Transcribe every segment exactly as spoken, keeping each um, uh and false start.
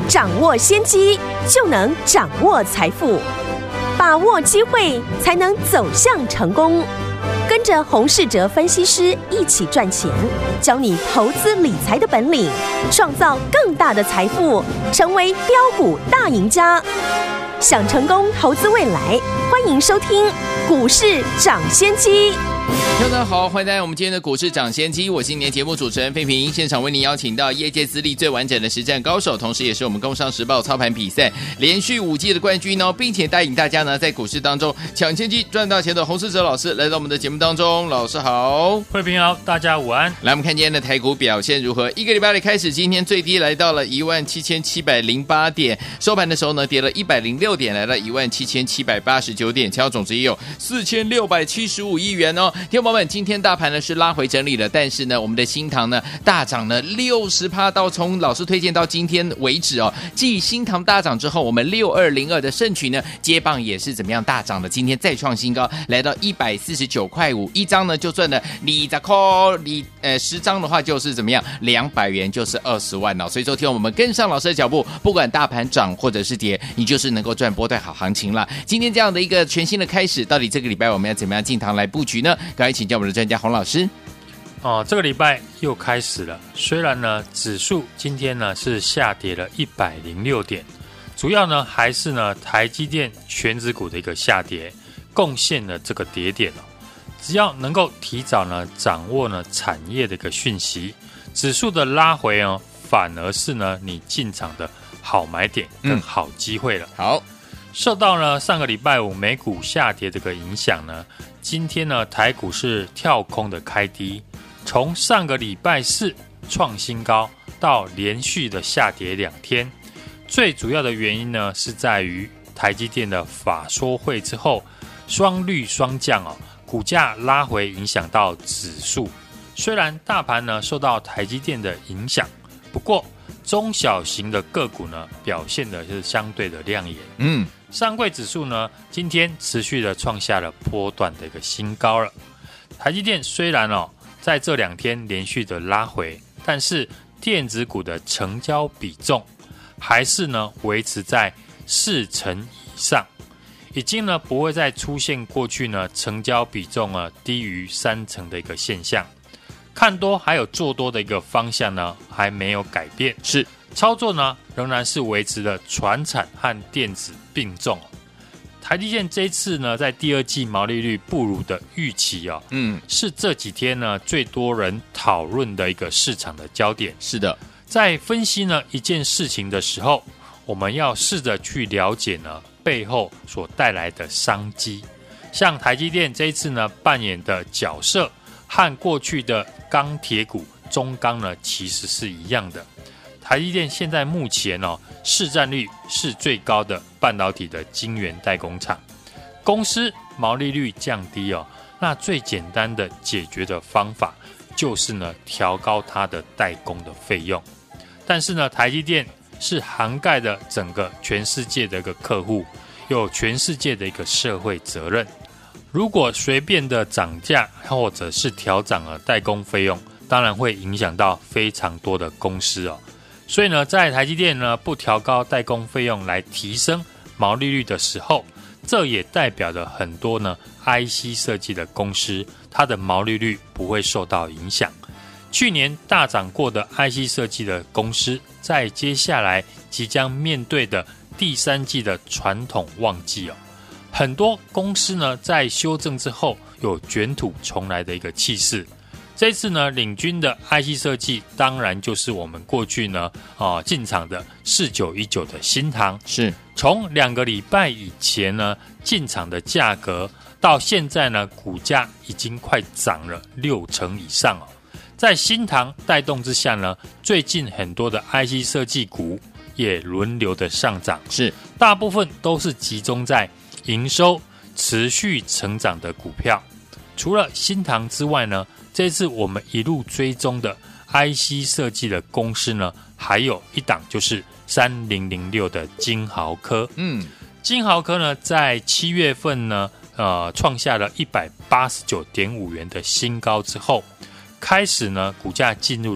掌握先机，就能掌握财富。把握机会，才能走向成功。跟着洪士哲分析师一起赚钱，教你投资理财的本领，创造更大的财富，成为标股大赢家。想成功投资未来，欢迎收听股市涨先机。 听众大家好，欢迎来到我们今天的股市涨先机，我是今天节目主持人费平，现场为您邀请到业界资历最完整的实战高手，同时也是我们工商时报操盘比赛连续五季的冠军哦，并且带领大家呢在股市当中抢先机赚大钱的洪士哲老师来到我们的节目当中。老师好。 费平好，大家午安。 来，我们看今天的台股表现如何？一个礼拜的开始，今天最低来到了一万七千七百零八点，收盘的时候呢跌了一百零六点，来到一万七千七百八十九点，成交总值也有四千六百七十五亿元哦。听众朋友们，今天大盘呢是拉回整理了，但是呢我们的新唐呢大涨了 百分之六十， 到从老师推荐到今天为止哦，继新唐大涨之后，我们六二零二的盛群呢接棒也是怎么样大涨的，今天再创新高，来到一百四十九块五，一张呢就赚了二十块，你呃十张的话就是怎么样两百元就是二十万哦。所以说听我们跟上老师的脚步，不管大盘涨或者是跌，你就是能够赚波段好行情了。今天这样的一个全新的开始，到底这个礼拜我们要怎么样进场来布局呢？赶快请教我们的专家洪老师。 哦，这个礼拜又开始了。虽然呢，指数今天呢是下跌了一百零六点，主要呢还是呢台积电全指股的一个下跌，贡献了这个跌点哦。只要能够提早呢掌握呢产业的一个讯息，指数的拉回哦，反而是呢你进场的好买点跟好机会了。 嗯、好。 受到呢上个礼拜五美股下跌这个影响呢，今天呢台股是跳空的开低，从上个礼拜四创新高到连续的下跌两天，最主要的原因呢是在于台积电的法说会之后双绿双降哦，股价拉回影响到指数。虽然大盘呢受到台积电的影响，不过中小型的个股呢表现的是相对的亮眼。嗯。上柜指数呢，今天持续的创下了波段的一个新高了。台积电虽然哦，在这两天连续的拉回，但是电子股的成交比重还是呢维持在四成以上，已经呢不会再出现过去呢成交比重呢低于三成的一个现象。看多还有做多的一个方向呢还没有改变，是操作呢仍然是维持了传产和电子并重。台积电这一次呢在第二季毛利率不如的预期哦，嗯，是这几天呢最多人讨论的一个市场的焦点。 是的， 在分析呢一件事情的时候，我们要试着去了解呢背后所带来的商机。像台积电这一次呢扮演的角色和过去的钢铁股中钢呢其实是一样的。台积电现在目前哦市占率是最高的半导体的晶圆代工厂，公司毛利率降低哦，那最简单的解决的方法就是呢调高它的代工的费用。但是呢台积电是涵盖的整个全世界的一个客户，有全世界的一个社会责任。如果随便的涨价或者是调涨了代工费用，当然会影响到非常多的公司哦。所以呢，在台积电呢不调高代工费用来提升毛利率的时候，这也代表了很多呢 I C 设计的公司，它的毛利率不会受到影响。去年大涨过的 I C 设计的公司，在接下来即将面对的第三季的传统旺季哦，很多公司呢在修正之后有卷土重来的一个气势。这次呢领军的 I C 设计当然就是我们过去呢啊进场的四九一九的新唐， 是从两个礼拜以前呢进场的价格到现在呢股价已经快涨了六成以上哦。在新唐带动之下呢，最近很多的 I C 设计股也轮流的上涨， 是大部分都是集中在营收持续成长的股票。除了新唐之外呢，这次我们一路追踪的 I C 设计的公司呢，还有一档就是三零零六的金豪科。嗯，金豪科呢，在七月份呢，呃，创下了一百八十九点五元的新高之后，开始呢，股价进入了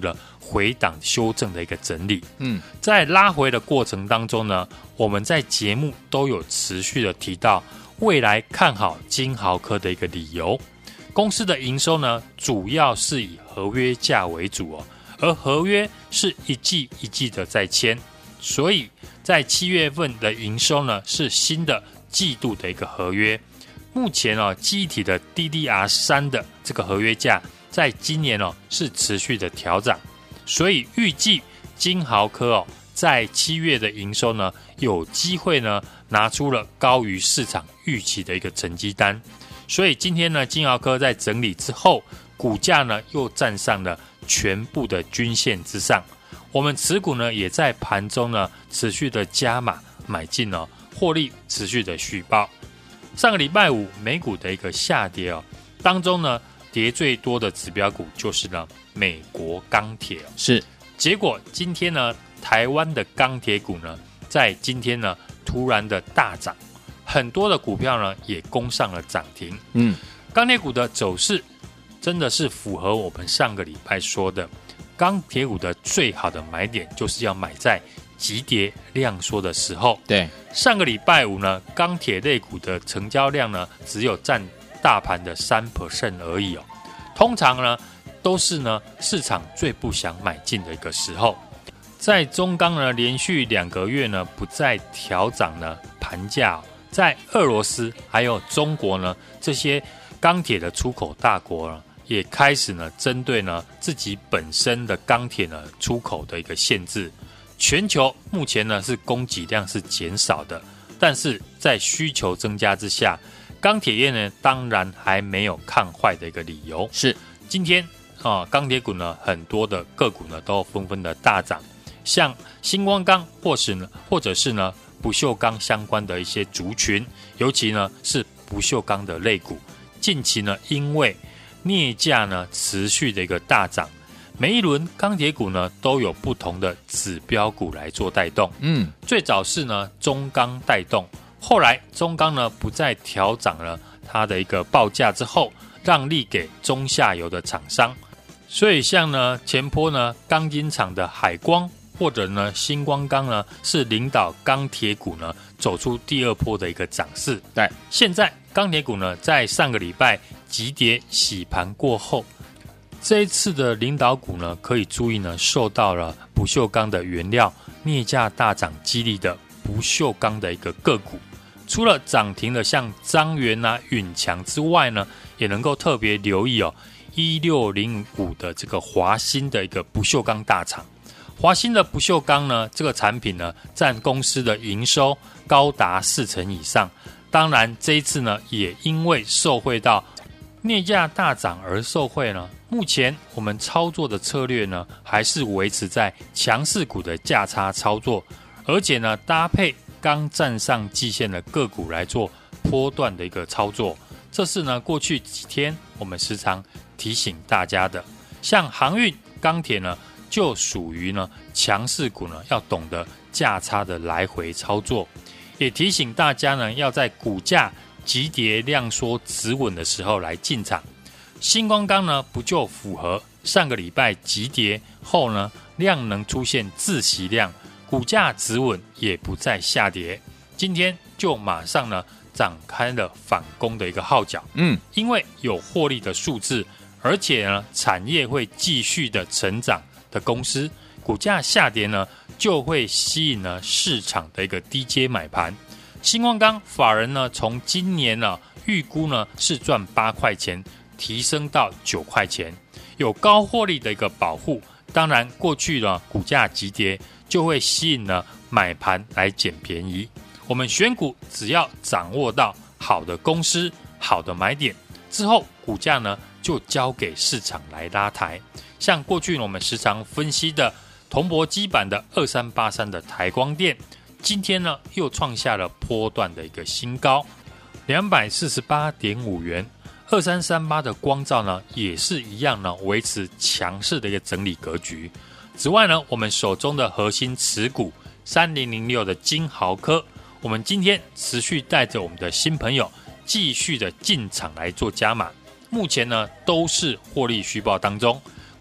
回档修正的一个整理。 嗯， 在拉回的过程当中呢，我们在节目都有持续的提到未来看好金豪科的一个理由。公司的营收呢，主要是以合约价为主哦，而合约是一季一季的在签，所以在七月份的营收呢，是新的季度的一个合约。目前哦，记忆体的 D D R 三 的这个合约价，在今年哦是持续的调涨，所以预计金豪科哦在七月的营收呢，有机会呢拿出了高于市场预期的一个成绩单。所以今天呢，金豪科在整理之后，股价呢又站上了全部的均线之上。我们持股呢也在盘中呢持续的加码买进哦，获利持续的续报。上个礼拜五美股的一个下跌哦，当中呢跌最多的指标股就是呢美国钢铁哦， 是。 结果今天呢，台湾的钢铁股呢，在今天呢突然的大涨。很多的股票呢也攻上了涨停。 嗯， 钢铁股的走势真的是符合我们上个礼拜说的，钢铁股的最好的买点就是要买在急跌量缩的时候。 对， 上个礼拜五呢，钢铁类股的成交量呢只有占大盘的 百分之三 而已哦。通常呢都是呢市场最不想买进的一个时候。在中钢呢连续两个月呢不再调涨呢盘价哦，在俄罗斯还有中国呢，这些钢铁的出口大国呢，也开始呢针对呢自己本身的钢铁呢出口的一个限制。全球目前呢是供给量是减少的，但是在需求增加之下，钢铁业呢当然还没有看坏的一个理由。 是今天啊，钢铁股呢很多的个股呢都纷纷的大涨，像新光钢或是呢或者是呢不锈钢相关的一些族群，尤其呢是不锈钢的类股，近期呢因为镍价呢持续的一个大涨，每一轮钢铁股呢都有不同的指标股来做带动。嗯，最早是呢中钢带动，后来中钢呢不再调涨了它的一个报价之后，让利给中下游的厂商，所以像呢前波呢钢筋厂的海光或者呢新光钢呢是领导钢铁股呢走出第二波的一个涨势。 对， 现在钢铁股呢在上个礼拜急跌洗盘过后，这一次的领导股呢可以注意呢受到了不锈钢的原料镍价大涨激励的不锈钢的一个个股，除了涨停的像彰源啊允强之外呢，也能够特别留意哦一六零五的这个华新的一个不锈钢大厂。华新的不锈钢呢，这个产品呢，占公司的营收高达四成以上。当然，这一次呢，也因为受惠到镍价大涨而受惠呢。目前我们操作的策略呢，还是维持在强势股的价差操作，而且呢，搭配刚站上季线的个股来做波段的一个操作。这是呢，过去几天我们时常提醒大家的，像航运、钢铁呢。就属于呢强势股呢，要懂得价差的来回操作，也提醒大家呢，要在股价急跌量缩止稳的时候来进场。新光钢呢，不就符合上个礼拜急跌后呢，量能出现自息量，股价止稳也不再下跌，今天就马上呢展开了反攻的一个号角。嗯，因为有获利的数字，而且呢产业会继续的成长。的公司股价下跌呢，就会吸引了市场的一个低阶买盘。新光钢法人呢，从今年呢预估呢是赚八块钱，提升到九块钱，有高获利的一个保护。当然，过去呢股价急跌，就会吸引了买盘来捡便宜。我们选股只要掌握到好的公司、好的买点之后，股价呢就交给市场来拉抬。像过去我们时常分析的铜箔基板的二三八三的台光电，今天呢又创下了波段的一个新高，两百四十八点五元。二三三八的光罩呢也是一样呢，维持强势的一个整理格局。此外呢，我们手中的核心持股三零零六的金豪科，我们今天持续带着我们的新朋友继续的进场来做加码，目前呢都是获利续报当中。股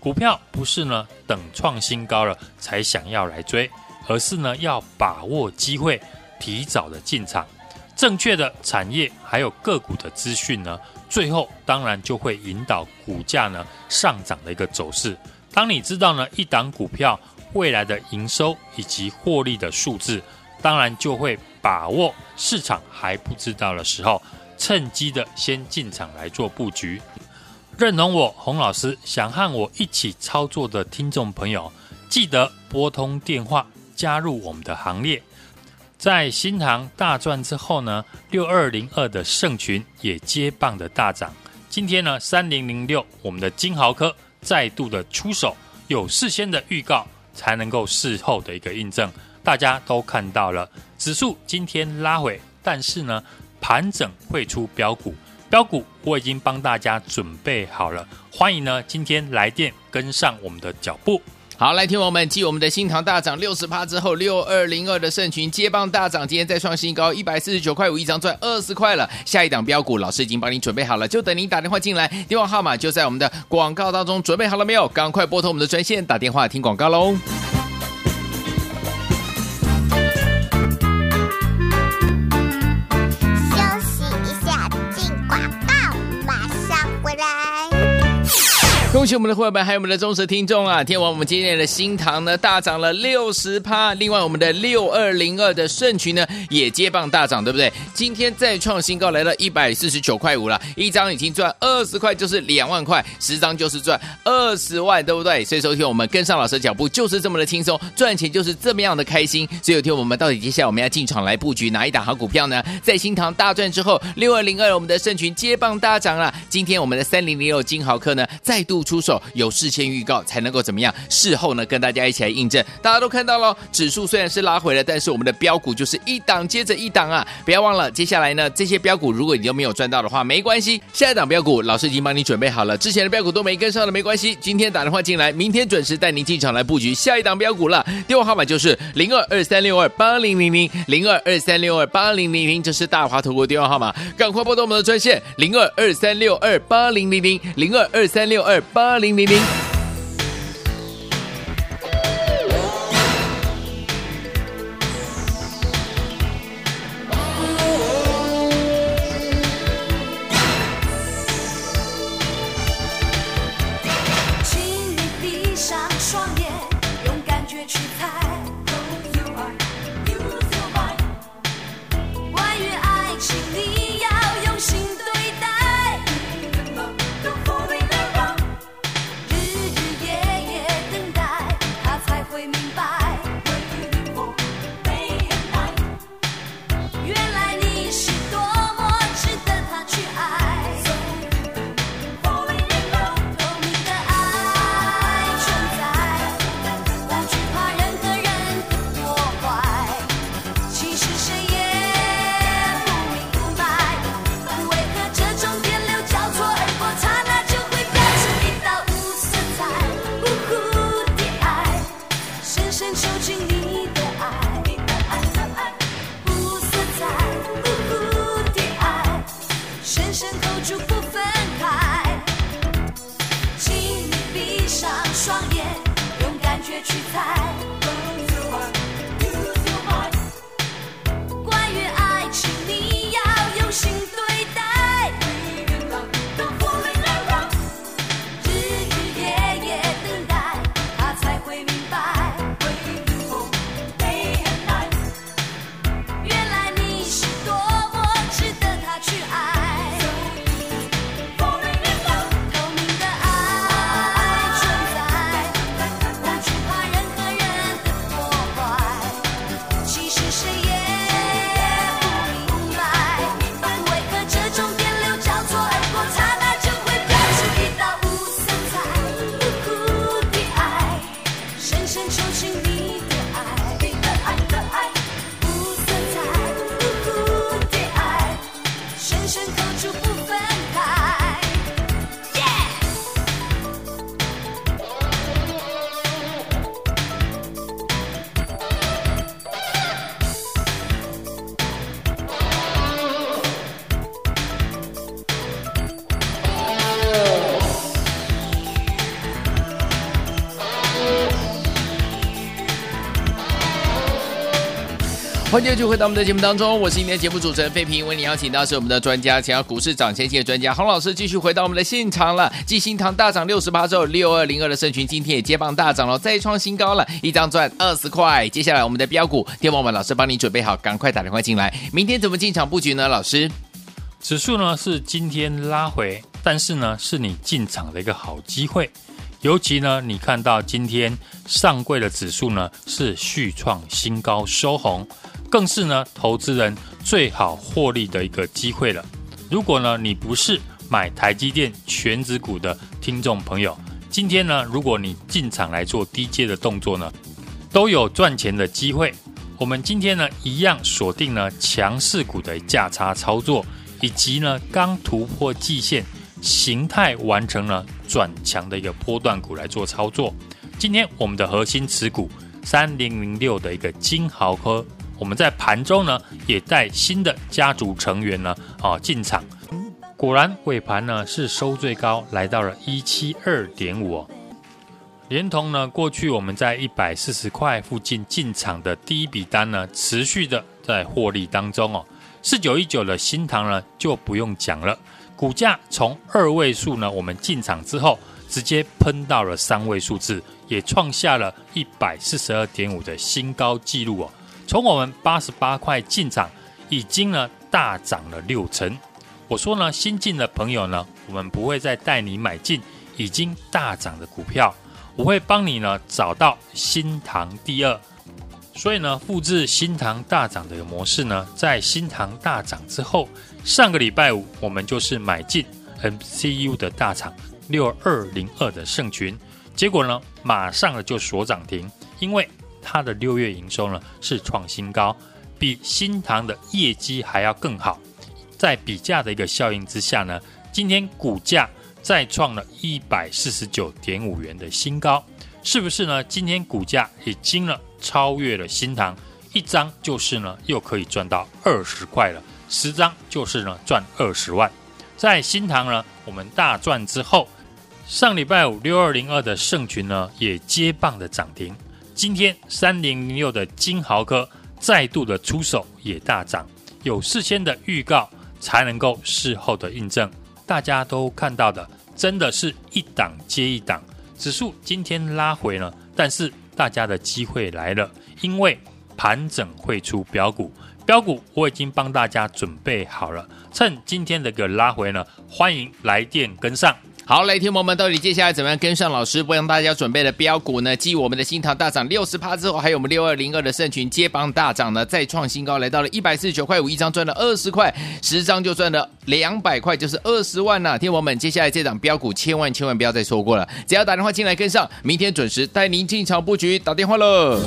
股票不是呢等创新高了才想要来追，而是呢要把握机会，提早的进场。正确的产业还有个股的资讯呢，最后当然就会引导股价呢上涨的一个走势。当你知道呢一档股票未来的营收以及获利的数字，当然就会把握市场还不知道的时候，趁机的先进场来做布局。认同我洪老师想和我一起操作的听众朋友，记得拨通电话加入我们的行列。在新航大赚之后呢，六二零二的盛群也接棒的大涨。今天呢三零零六我们的金豪科再度的出手，有事先的预告才能够事后的一个印证。大家都看到了，指数今天拉回，但是呢盘整会出标股，标股我已经帮大家准备好了，欢迎呢今天来电跟上我们的脚步。 好，来听我们继我们的新唐大涨 百分之六十 之后，六二零二的盛群接棒大涨，今天再创新高一百四十九块五，一张赚二十块了。下一档标股老师已经帮你准备好了，就等您打电话进来，电话号码就在我们的广告当中，准备好了没有？赶快拨通我们的专线打电话听广告咯。恭喜我们的伙伴们还有我们的忠实听众啊！天王，我们今天的新唐呢大涨了 百分之六十， 另外我们的六二零二的盛群呢也接棒大涨，对不对？今天再创新高，来了一百四十九块五了，一张已经赚二十块，就是两万块，十张就是赚二十万，对不对？所以说听我们跟上老师的脚步就是这么的轻松，赚钱就是这么样的开心。所以有听我们到底接下来我们要进场来布局哪一档好股票呢？在新唐大赚之后，六二零二我们的盛群接棒大涨了，今天我们的三零零六金豪科呢再度出手，有事先预告才能够怎么样？事后呢，跟大家一起来印证。大家都看到了，指数虽然是拉回了，但是我们的标股就是一档接着一档啊！不要忘了，接下来呢，这些标股如果你都没有赚到的话，没关系，下一档标股老师已经帮你准备好了，之前的标股都没跟上的没关系，今天打电话进来，明天准时带您进场来布局下一档标股了。电话号码就是零二二三六二八零零零零二二三六二八零零零，这是大华投顾电话号码，赶快拨通我们的专线零二二三六二八零零零零二二三六二八零零零。 日欢迎继续回到我们的节目当中，我是今天的节目主持人费平，为你邀请到是我们的专家，想要股市涨先机的专家洪老师，继续回到我们的现场了。继新唐大涨六十八之后，六二零二的盛群今天也接棒大涨了，再创新高了，一张赚二十块。接下来我们的标股，天王们老师帮你准备好，赶快打电话进来。明天怎么进场布局呢？老师， 指数呢是今天拉回，但是呢是你进场的一个好机会。尤其呢，你看到今天上柜的指数呢是续创新高收红，更是呢投资人最好获利的一个机会了。如果呢你不是买台积电全指股的听众朋友，今天呢如果你进场来做低阶的动作呢，都有赚钱的机会。我们今天呢一样锁定了强势股的价差操作，以及呢刚突破季线形态完成了转强的一个波段股来做操作。今天我们的核心持股三零零六的一个金豪科，我们在盘中呢也带新的家族成员呢啊进场，果然尾盘呢是收最高，来到了一百七十二点五、哦，连同呢过去我们在一百四十块附近进场的第一笔单呢，持续的在获利当中哦。四九一九的新唐呢就不用讲了。股价从二位数呢，我们进场之后直接喷到了三位数字，也创下了一百四十二点五的新高纪录哦。从我们八十八块进场，已经呢大涨了六成。我说呢，新进的朋友呢，我们不会再带你买进已经大涨的股票，我会帮你呢找到新唐第二。所以呢，复制新唐大涨的模式呢，在新唐大涨之后，上个礼拜五我们就是买进 M C U 的大厂六二零二的盛群，结果呢，马上呢就锁涨停，因为它的六月营收呢是创新高，比新唐的业绩还要更好。在比价的一个效应之下呢，今天股价再创了一百四十九点五元的新高，是不是呢？今天股价已经了超越了新唐，一张就是呢又可以赚到二十块了，十张就是呢赚二十万。在新唐呢我们大赚之后，上礼拜五六二零二的盛群呢也接棒的涨停，今天三零零六的金豪科再度的出手也大涨，有事先的预告才能够事后的印证，大家都看到的真的是一档接一档。指数今天拉回了，但是大家的机会来了，因为盘整会出标股，标股我已经帮大家准备好了，趁今天的个拉回呢，欢迎来电跟上。 好，来听友们，到底接下来怎么样跟上老师帮大家准备的标股呢？继我们的新唐大涨 百分之六十 之后，还有我们六二零二的盛群接棒大涨呢，再创新高，来到了一百四十九块五，一张赚了二十块，十张就赚了两百块，就是二十万呐、啊！听友们，接下来这档标股千万千万不要再错过了，只要打电话进来跟上，明天准时带您进场布局，打电话了。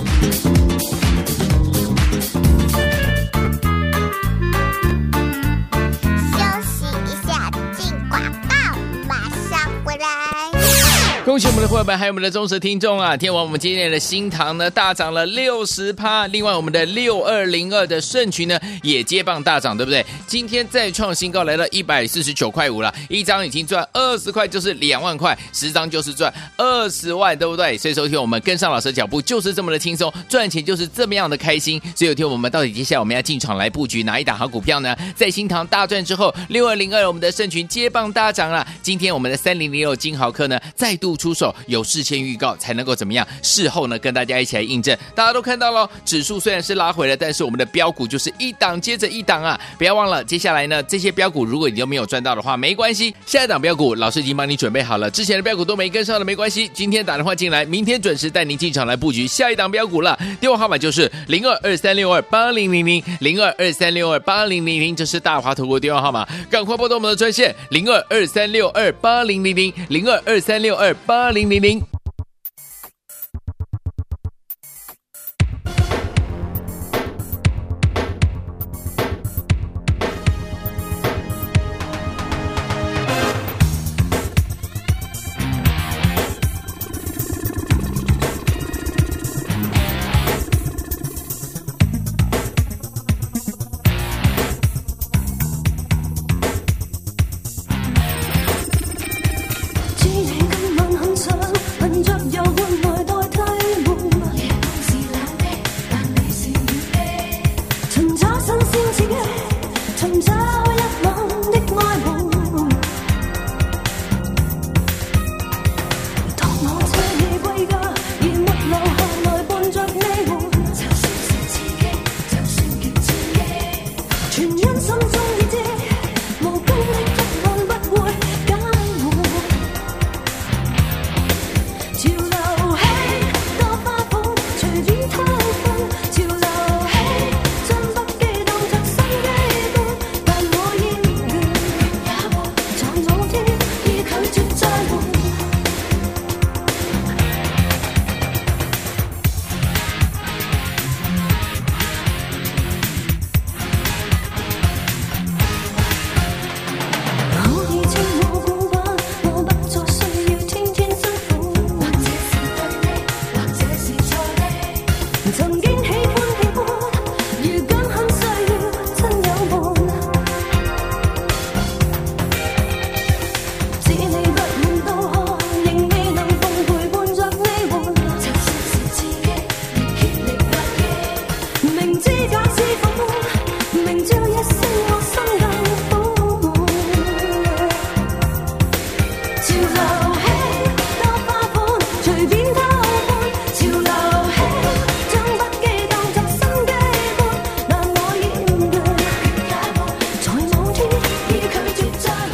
恭喜我们的伙伴们，还有我们的忠实听众啊！天王，我们今天的新唐呢大涨了 百分之六十， 另外我们的六二零二的盛群呢也接棒大涨，对不对？今天再创新高，来了一百四十九块五了，一张已经赚二十块，就是两万块，十张就是赚二十万，对不对？所以说听我们跟上老师的脚步就是这么的轻松，赚钱就是这么样的开心。所以听我们到底接下来我们要进场来布局哪一档好股票呢？在新唐大赚之后，六二零二我们的盛群接棒大涨了，今天我们的三零零六金豪科呢再度出手，有事先预告才能够怎么样？事后呢，跟大家一起来印证。大家都看到了，指数虽然是拉回了，但是我们的标股就是一档接着一档啊！不要忘了，接下来呢，这些标股如果你都没有赚到的话，没关系，下一档标股老师已经帮你准备好了，之前的标股都没跟上的没关系，今天打电话进来，明天准时带您进场来布局下一档标股了。电话号码就是零二二三六二八零零零零二二三六二八零零零，这是大华投顾的电话号码，赶快拨通我们的专线零二二三六二八零零零零二二三六二八零零零。 知你今晚很想问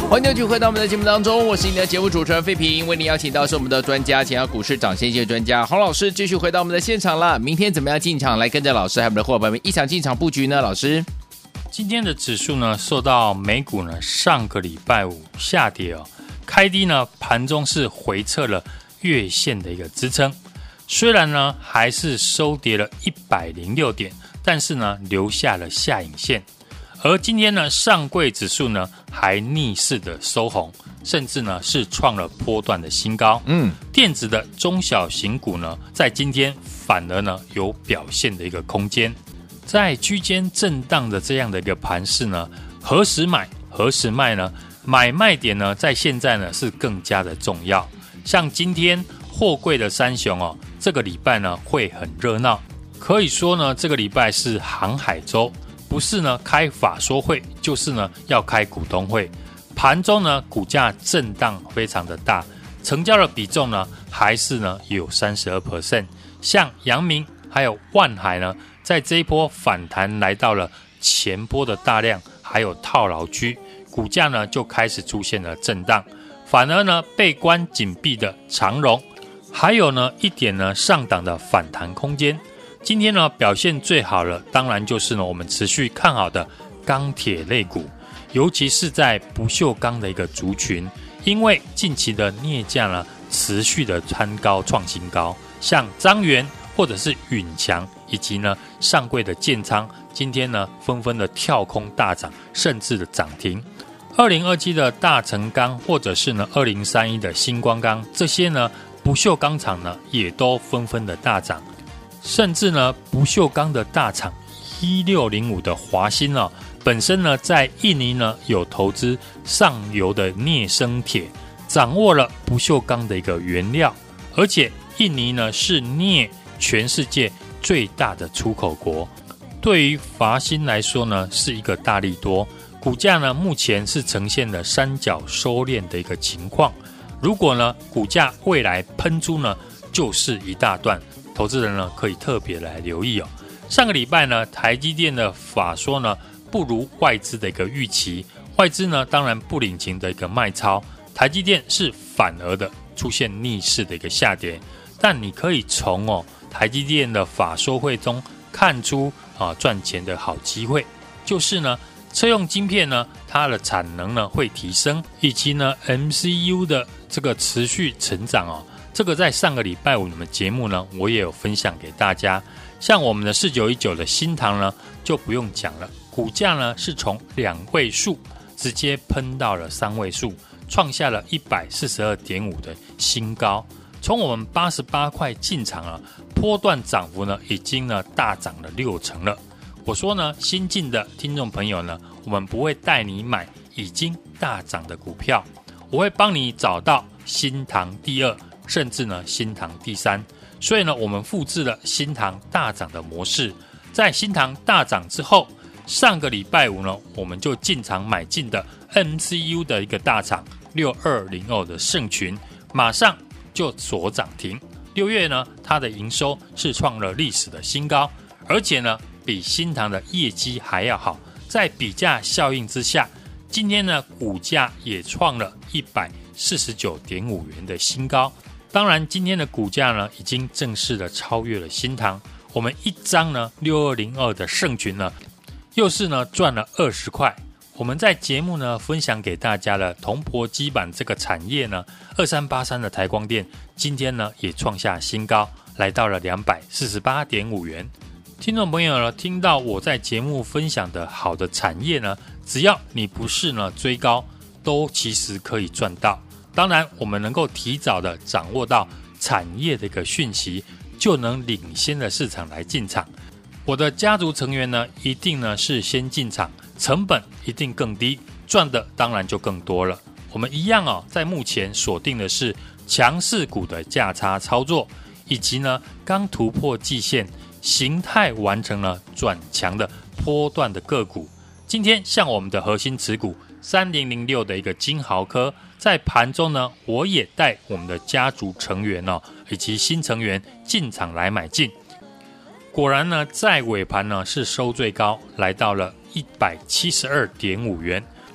欢迎继续回到我们的节目当中，我是你的节目主持人费平，为您邀请到是我们的专家，前要股市涨先机专家洪老师，继续回到我们的现场了。明天怎么样进场来跟着老师还有我们的伙伴们一起进场布局呢？老师， 今天的指数呢，受到美股呢上个礼拜五下跌哦，开低呢盘中是回测了月线的一个支撑，虽然呢还是收跌了一百零六点，但是呢留下了下影线。而今天呢，上柜指数呢还逆势的收红，甚至呢是创了波段的新高。嗯，电子的中小型股呢，在今天反而呢有表现的一个空间。在区间震荡的这样的一个盘势呢，何时买何时卖呢？买卖点呢，在现在呢是更加的重要。像今天货柜的三雄哦，这个礼拜呢会很热闹，可以说呢这个礼拜是航海周。不是呢开法说会，就是呢要开股东会。盘中呢股价震荡非常的大，成交的比重呢还是呢有 百分之三十二。 像阳明还有万海呢，在这一波反弹来到了前波的大量还有套牢区，股价呢就开始出现了震荡。反而呢被关紧闭的长荣，还有呢一点呢上档的反弹空间。今天呢表现最好了，当然就是呢我们持续看好的钢铁类股，尤其是在不锈钢的一个族群，因为近期的镍价呢持续的攀高创新高，像彰源或者是允强以及呢上柜的建昌，今天呢纷纷的跳空大涨，甚至的涨停。二零二七的大成钢或者是呢二零三一的新光钢，这些呢不锈钢厂呢也都纷纷的大涨。甚至呢，不锈钢的大厂一六零五的华新哦，本身呢在印尼呢有投资上游的镍生铁，掌握了不锈钢的一个原料，而且印尼呢是镍全世界最大的出口国，对于华新来说呢是一个大利多，股价呢目前是呈现了三角收敛的一个情况，如果呢股价未来喷出呢，就是一大段。投资人呢可以特别来留意哦。上个礼拜呢，台积电的法说呢不如外资的一个预期，外资呢当然不领情的一个卖超，台积电是反而的出现逆势的一个下跌。但你可以从哦台积电的法说会中看出啊赚钱的好机会，就是呢车用晶片呢它的产能呢会提升，以及呢 M C U 的这个持续成长哦。这个在上个礼拜五你们节目呢，我也有分享给大家。像我们的四九一九的新唐呢，就不用讲了，股价呢是从两位数直接喷到了三位数，创下了 一百四十二点五 的新高。从我们八十八块进场啊，波段涨幅呢已经呢大涨了六成了。我说呢，新进的听众朋友呢，我们不会带你买已经大涨的股票，我会帮你找到新唐第二。甚至呢新唐第三，所以呢我们复制了新唐大涨的模式。在新唐大涨之后，上个礼拜五呢我们就进场买进的 M C U 的一个大厂六二零二的盛群，马上就锁涨停。六月呢它的营收是创了历史的新高，而且呢比新唐的业绩还要好。在比价效应之下，今天呢股价也创了一百四十九点五元的新高。当然今天的股价呢已经正式的超越了新唐，我们一张呢六二零二的盛群呢又是呢赚了二十块。我们在节目呢分享给大家的铜箔基板这个产业呢二三八三的台光电今天呢也创下新高，来到了两百四十八点五元。听众朋友呢听到我在节目分享的好的产业呢，只要你不是呢追高，都其实可以赚到。当然我们能够提早的掌握到产业的一个讯息，就能领先的市场来进场。我的家族成员呢一定呢是先进场，成本一定更低，赚的当然就更多了。我们一样哦，在目前锁定的是强势股的价差操作，以及呢刚突破季线，形态完成了转强的波段的个股。今天像我们的核心持股三零零六的一个金豪科，在盘中呢，我也带我们的家族成员哦，以及新成员进场来买进。果然呢，在尾盘呢是收最高，来到了一百七十二点五元。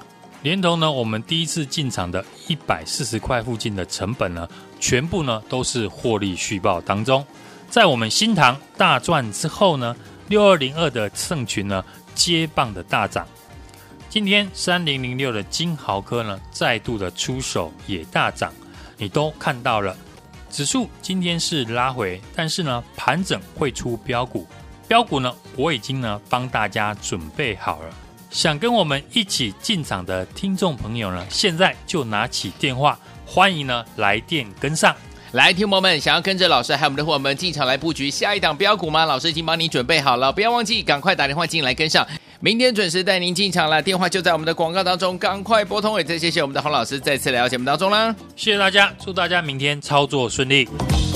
连同呢我们第一次进场的一百四十块附近的成本呢，全部呢都是获利续报当中。在我们新唐大赚之后呢，六二零二的盛群呢接棒的大涨。今天三零零六的金豪科呢再度的出手也大涨，你都看到了。指数今天是拉回，但是呢盘整会出标股，标股呢我已经呢帮大家准备好了。想跟我们一起进场的听众朋友呢，现在就拿起电话，欢迎呢来电跟上。 来，听众朋友们，想要跟着老师还有我们的伙伴们进场来布局下一档标股吗？老师已经帮你准备好了，不要忘记赶快打电话进来跟上。明天准时带您进场了，电话就在我们的广告当中，赶快拨通。也再谢谢我们的洪老师再次来到节目当中啦， 谢谢大家，祝大家明天操作顺利。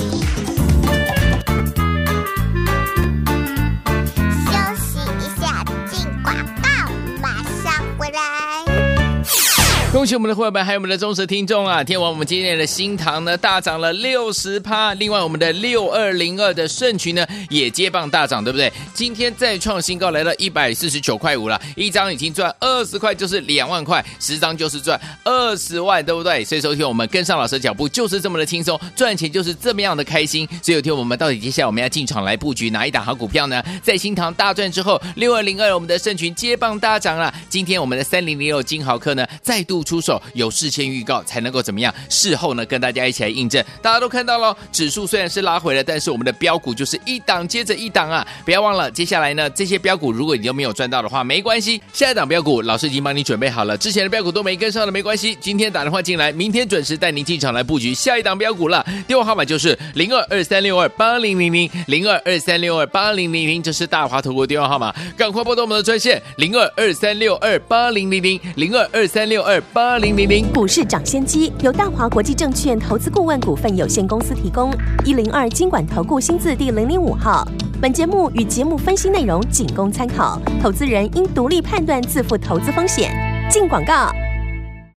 恭喜我们的伙伴们还有我们的忠实听众啊！天王，我们今天的新唐呢大涨了 百分之六十， 另外我们的六二零二的盛群呢也接棒大涨，对不对？今天再创新高，来了一百四十九块五了，一张已经赚二十块，就是两万块，十张就是赚二十万，对不对？所以说听我们跟上老师的脚步就是这么的轻松，赚钱就是这么样的开心。所以有听我们到底接下来我们要进场来布局哪一档好股票呢？在新唐大赚之后，六二零二我们的盛群接棒大涨了，今天我们的三零零六金豪科呢再度出手，有事先预告才能够怎么样？事后呢，跟大家一起来印证。大家都看到了，指数虽然是拉回了，但是我们的标股就是一档接着一档啊！不要忘了，接下来呢，这些标股如果你都没有赚到的话，没关系，下一档标股老师已经帮你准备好了，之前的标股都没跟上的没关系，今天打电话进来，明天准时带您进场来布局下一档标股了。电话号码就是零二二三六二八零零零零二二三六二八零零零，这是大华投顾的电话号码，赶快拨通我们的专线零二二三六二八零零零零二二三六二八零零零。 股市涨先机由大华国际证券投资顾问股份有限公司提供，一零二金管投顾新字第零零五号。本节目与节目分析内容仅供参考，投资人应独立判断，自负投资风险。进广告。